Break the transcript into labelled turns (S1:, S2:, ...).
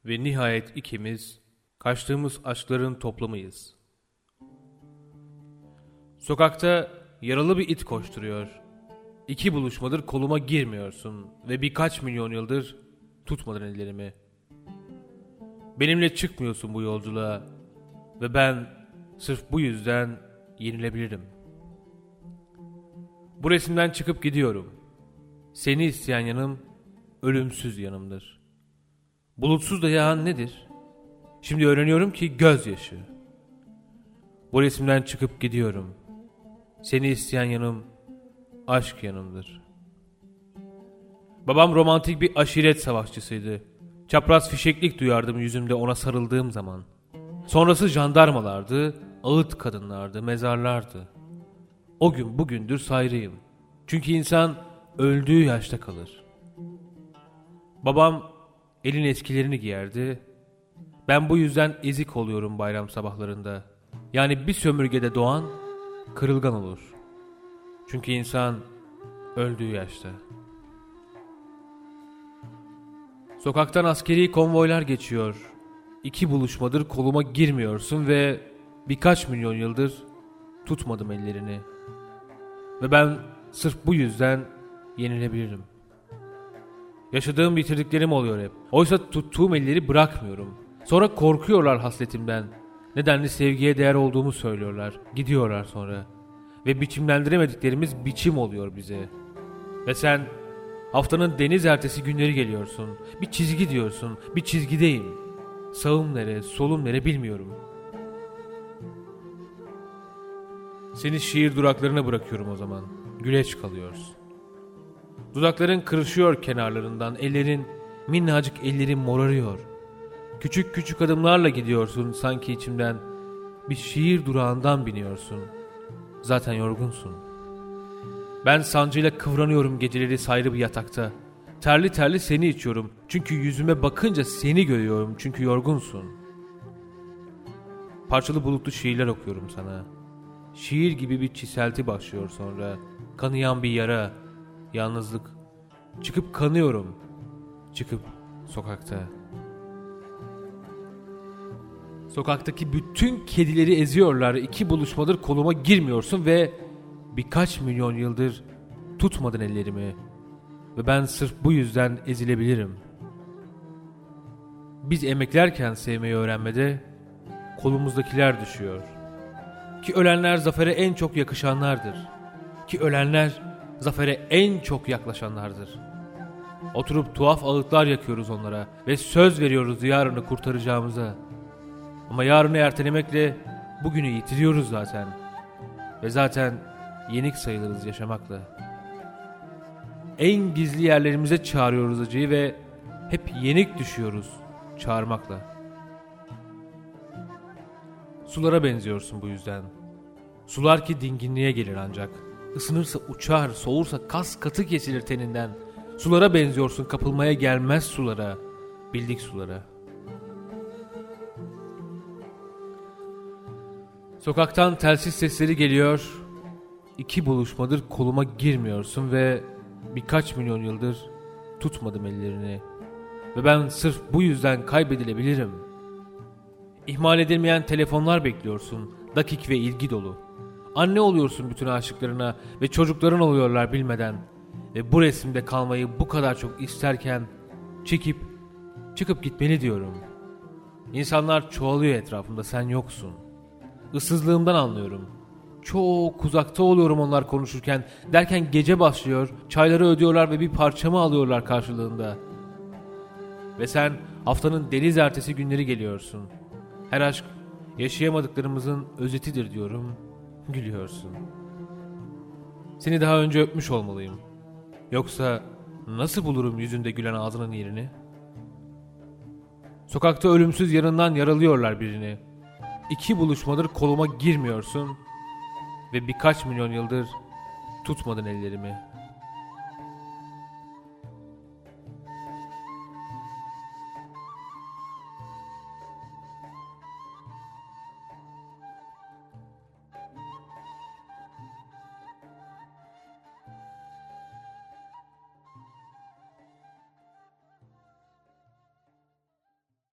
S1: Ve nihayet ikimiz kaçtığımız aşkların toplamıyız. Sokakta yaralı bir it koşturuyor. 2 buluşmadır koluma girmiyorsun ve birkaç milyon yıldır tutmadın ellerimi. Benimle çıkmıyorsun bu yolculuğa ve ben sırf bu yüzden yenilebilirim. Bu resimden çıkıp gidiyorum. Seni isteyen yanım ölümsüz yanımdır. Bulutsuz da yağan nedir? Şimdi öğreniyorum ki gözyaşı. Bu resimden çıkıp gidiyorum. Seni isteyen yanım aşk yanımdır. Babam romantik bir aşiret savaşçısıydı. Çapraz fişeklik duyardım yüzümde ona sarıldığım zaman. Sonrası jandarmalardı, ağıt kadınlardı, mezarlardı. O gün bugündür sayrıyım. Çünkü insan öldüğü yaşta kalır. Babam elin eskilerini giyerdi. Ben bu yüzden ezik oluyorum bayram sabahlarında. Yani bir sömürgede doğan kırılgan olur. Çünkü insan öldüğü yaşta. Sokaktan askeri konvoylar geçiyor. 2 buluşmadır koluma girmiyorsun ve birkaç milyon yıldır tutmadım ellerini. Ve ben sırf bu yüzden yenilebilirim. Yaşadığım bitirdiklerim oluyor hep. Oysa tuttuğum elleri bırakmıyorum. Sonra korkuyorlar hasletimden. Nedenli sevgiye değer olduğumu söylüyorlar. Gidiyorlar sonra. Ve biçimlendiremediklerimiz biçim oluyor bize. Ve sen haftanın deniz ertesi günleri geliyorsun. Bir çizgi diyorsun. Bir çizgideyim. Sağım nere, solum nere bilmiyorum. Seni şiir duraklarına bırakıyorum o zaman. Güleç kalıyorsun. Dudakların kırışıyor kenarlarından. Ellerin, minnacık ellerin morarıyor. Küçük küçük adımlarla gidiyorsun sanki içimden. Bir şiir durağından biniyorsun. Zaten yorgunsun. Ben sancıyla kıvranıyorum geceleri sayrı bir yatakta. Terli terli seni içiyorum. Çünkü yüzüme bakınca seni görüyorum. Çünkü yorgunsun. Parçalı bulutlu şiirler okuyorum sana. Şiir gibi bir çiselti başlıyor sonra. Kanayan bir yara. Yalnızlık. Çıkıp kanıyorum. Çıkıp sokakta. Sokaktaki bütün kedileri eziyorlar. 2 buluşmadır koluma girmiyorsun ve birkaç milyon yıldır tutmadın ellerimi. Ve ben sırf bu yüzden ezilebilirim. Biz emeklerken sevmeyi öğrenmede kolumuzdakiler düşüyor. Ki ölenler zafere en çok yakışanlardır. Ki ölenler zafere en çok yaklaşanlardır. Oturup tuhaf ağıtlar yakıyoruz onlara ve söz veriyoruz yarını kurtaracağımıza. Ama yarını ertelemekle bugünü yitiriyoruz zaten. Ve zaten yenik sayılırız yaşamakla. En gizli yerlerimize çağırıyoruz acıyı ve hep yenik düşüyoruz çağırmakla. Sulara benziyorsun bu yüzden. Sular ki dinginliğe gelir ancak. Isınırsa uçar, soğursa kas katı kesilir teninden. Sulara benziyorsun, kapılmaya gelmez sulara. Bildik sulara. Sokaktan telsiz sesleri geliyor. 2 buluşmadır koluma girmiyorsun ve birkaç milyon yıldır tutmadım ellerini. Ve ben sırf bu yüzden kaybedilebilirim. İhmal edilmeyen telefonlar bekliyorsun, dakik ve ilgi dolu. Anne oluyorsun bütün aşıklarına ve çocukların oluyorlar bilmeden. Ve bu resimde kalmayı bu kadar çok isterken çıkıp gitmeli diyorum. İnsanlar çoğalıyor etrafımda, sen yoksun. Issızlığımdan anlıyorum. Çok uzakta oluyorum onlar konuşurken. Derken gece başlıyor, çayları ödüyorlar ve bir parçamı alıyorlar karşılığında. Ve sen haftanın deniz ertesi günleri geliyorsun. Her aşk yaşayamadıklarımızın özetidir diyorum. Gülüyorsun. Seni daha önce öpmüş olmalıyım. Yoksa nasıl bulurum yüzünde gülen ağzının yerini? Sokakta ölümsüz yanından yaralıyorlar birini. 2 buluşmadır koluma girmiyorsun ve birkaç milyon yıldır tutmadın ellerimi.